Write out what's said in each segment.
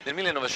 Nel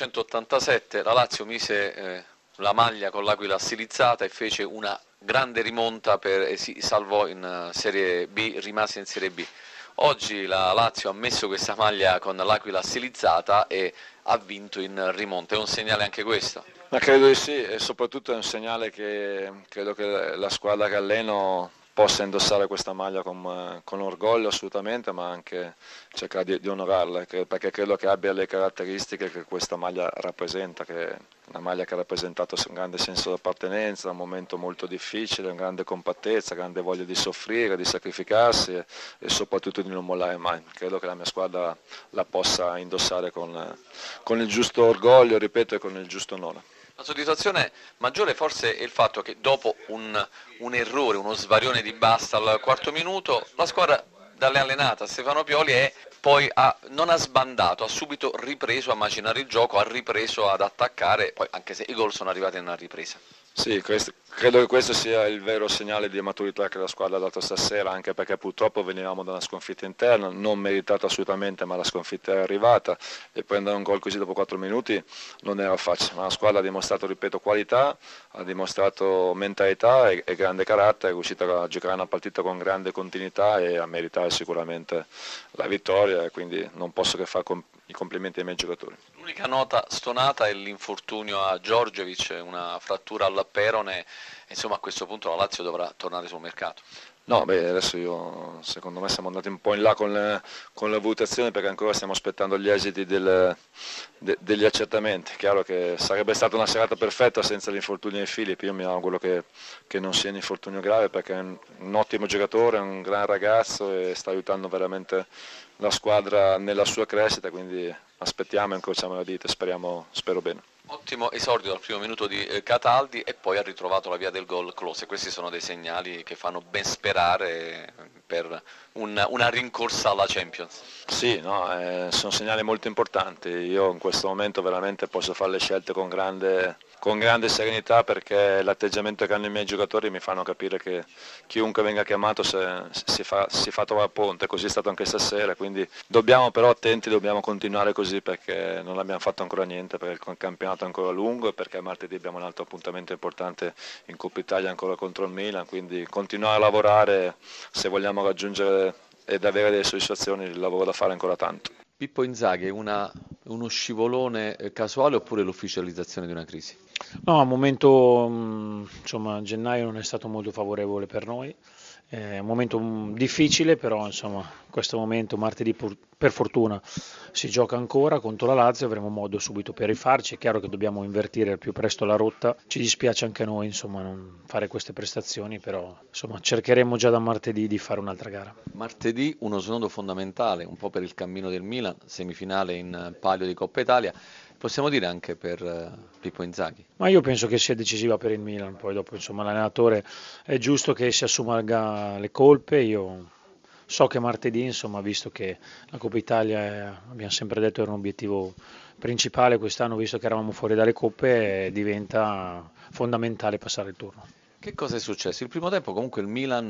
1987 la Lazio mise la maglia con l'aquila stilizzata e fece una grande rimonta e si salvò in Serie B, rimase in Serie B. Oggi la Lazio ha messo questa maglia con l'aquila stilizzata e ha vinto in rimonta. È un segnale anche questo? Ma credo di sì, e soprattutto è un segnale che credo che la squadra che alleno possa indossare questa maglia con orgoglio assolutamente, ma anche cercare di onorarla, perché credo che abbia le caratteristiche che questa maglia rappresenta, che è una maglia che ha rappresentato un grande senso di appartenenza, un momento molto difficile, una grande compattezza, grande voglia di soffrire, di sacrificarsi e soprattutto di non mollare mai. Credo che la mia squadra la possa indossare con il giusto orgoglio, ripeto, e con il giusto onore. La soddisfazione maggiore forse è il fatto che dopo un errore, uno svarione di Basta al quarto minuto, la squadra dalle allenata Stefano Pioli poi non ha sbandato, ha subito ripreso a macinare il gioco, ha ripreso ad attaccare, poi anche se i gol sono arrivati nella ripresa. Sì, credo che questo sia il vero segnale di maturità che la squadra ha dato stasera, anche perché purtroppo venivamo da una sconfitta interna, non meritata assolutamente, ma la sconfitta è arrivata e prendere un gol così dopo 4 minuti non era facile, ma la squadra ha dimostrato, ripeto, qualità, ha dimostrato mentalità e grande carattere, è riuscita a giocare una partita con grande continuità e a meritare sicuramente la vittoria e quindi non posso che fare i complimenti ai miei giocatori. L'unica nota stonata è l'infortunio a Djordjevic, una frattura al perone, insomma a questo punto la Lazio dovrà tornare sul mercato. No, beh, adesso secondo me siamo andati un po' in là con la valutazione perché ancora stiamo aspettando gli esiti degli accertamenti. Chiaro che sarebbe stata una serata perfetta senza l'infortunio di Filippi, io mi auguro che non sia un infortunio grave perché è un ottimo giocatore, è un gran ragazzo e sta aiutando veramente la squadra nella sua crescita, quindi aspettiamo e incrociamo le dita, spero bene. Ottimo esordio dal primo minuto di Cataldi e poi ha ritrovato la via del gol Klose. Questi sono dei segnali che fanno ben sperare per una rincorsa alla Champions. Sì, no, sono segnali molto importanti. Io in questo momento veramente posso fare le scelte con grande serenità perché l'atteggiamento che hanno i miei giocatori mi fanno capire che chiunque venga chiamato si fa trovare pronto, e così è stato anche stasera, quindi dobbiamo però attenti, dobbiamo continuare così perché non abbiamo fatto ancora niente, perché il campionato è ancora lungo e perché martedì abbiamo un altro appuntamento importante in Coppa Italia ancora contro il Milan, quindi continuare a lavorare se vogliamo raggiungere ed avere delle soddisfazioni, il lavoro da fare è ancora tanto. Pippo Inzaghi è uno scivolone casuale oppure l'ufficializzazione di una crisi? No, al momento, insomma, gennaio non è stato molto favorevole per noi, è un momento difficile, però insomma, questo momento, martedì per fortuna, si gioca ancora contro la Lazio, avremo modo subito per rifarci, è chiaro che dobbiamo invertire al più presto la rotta, ci dispiace anche a noi, insomma, non fare queste prestazioni, però insomma, cercheremo già da martedì di fare un'altra gara. Martedì uno snodo fondamentale, un po' per il cammino del Milan, semifinale in palio di Coppa Italia, possiamo dire anche per Pippo Inzaghi. Ma io penso che sia decisiva per il Milan, poi dopo insomma l'allenatore è giusto che si assuma le colpe, io so che martedì insomma visto che la Coppa Italia abbiamo sempre detto era un obiettivo principale quest'anno, visto che eravamo fuori dalle coppe, diventa fondamentale passare il turno. Che cosa è successo? Il primo tempo comunque il Milan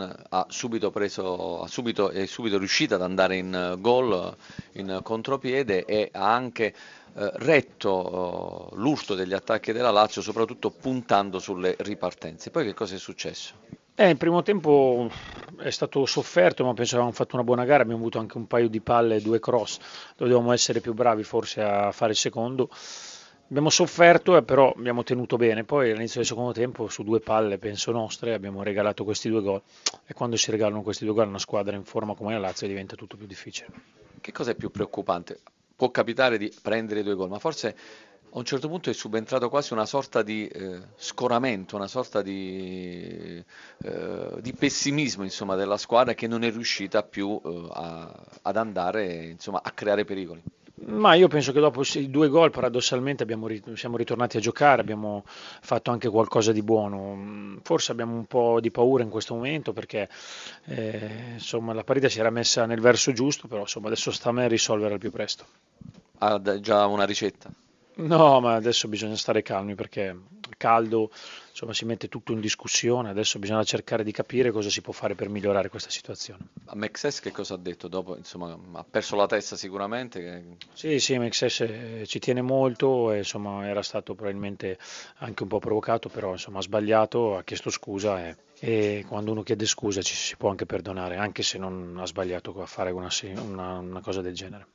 è subito riuscito ad andare in gol, in contropiede e ha anche retto l'urto degli attacchi della Lazio, soprattutto puntando sulle ripartenze. Poi che cosa è successo? Il primo tempo è stato sofferto, ma penso che avevamo fatto una buona gara, abbiamo avuto anche un paio di palle, 2 cross, dovevamo essere più bravi forse a fare il secondo. Abbiamo sofferto, però abbiamo tenuto bene. Poi all'inizio del secondo tempo, su 2 palle, penso nostre, abbiamo regalato questi 2 gol. E quando si regalano questi 2 gol a una squadra in forma come la Lazio diventa tutto più difficile. Che cosa è più preoccupante? Può capitare di prendere 2 gol, ma forse a un certo punto è subentrato quasi una sorta di scoramento, una sorta di pessimismo, insomma, della squadra che non è riuscita più ad andare, insomma, a creare pericoli. Ma io penso che dopo i 2 gol paradossalmente siamo ritornati a giocare, abbiamo fatto anche qualcosa di buono. Forse abbiamo un po' di paura in questo momento perché insomma, la partita si era messa nel verso giusto, però insomma, adesso sta a me risolvere al più presto. Ha già una ricetta? No, ma adesso bisogna stare calmi perché caldo, insomma si mette tutto in discussione, adesso bisogna cercare di capire cosa si può fare per migliorare questa situazione. A Mexes che cosa ha detto dopo? Insomma, ha perso la testa sicuramente. Sì, Mexes ci tiene molto, e, insomma era stato probabilmente anche un po' provocato, però insomma ha sbagliato, ha chiesto scusa e quando uno chiede scusa ci si può anche perdonare, anche se non ha sbagliato a fare una cosa del genere.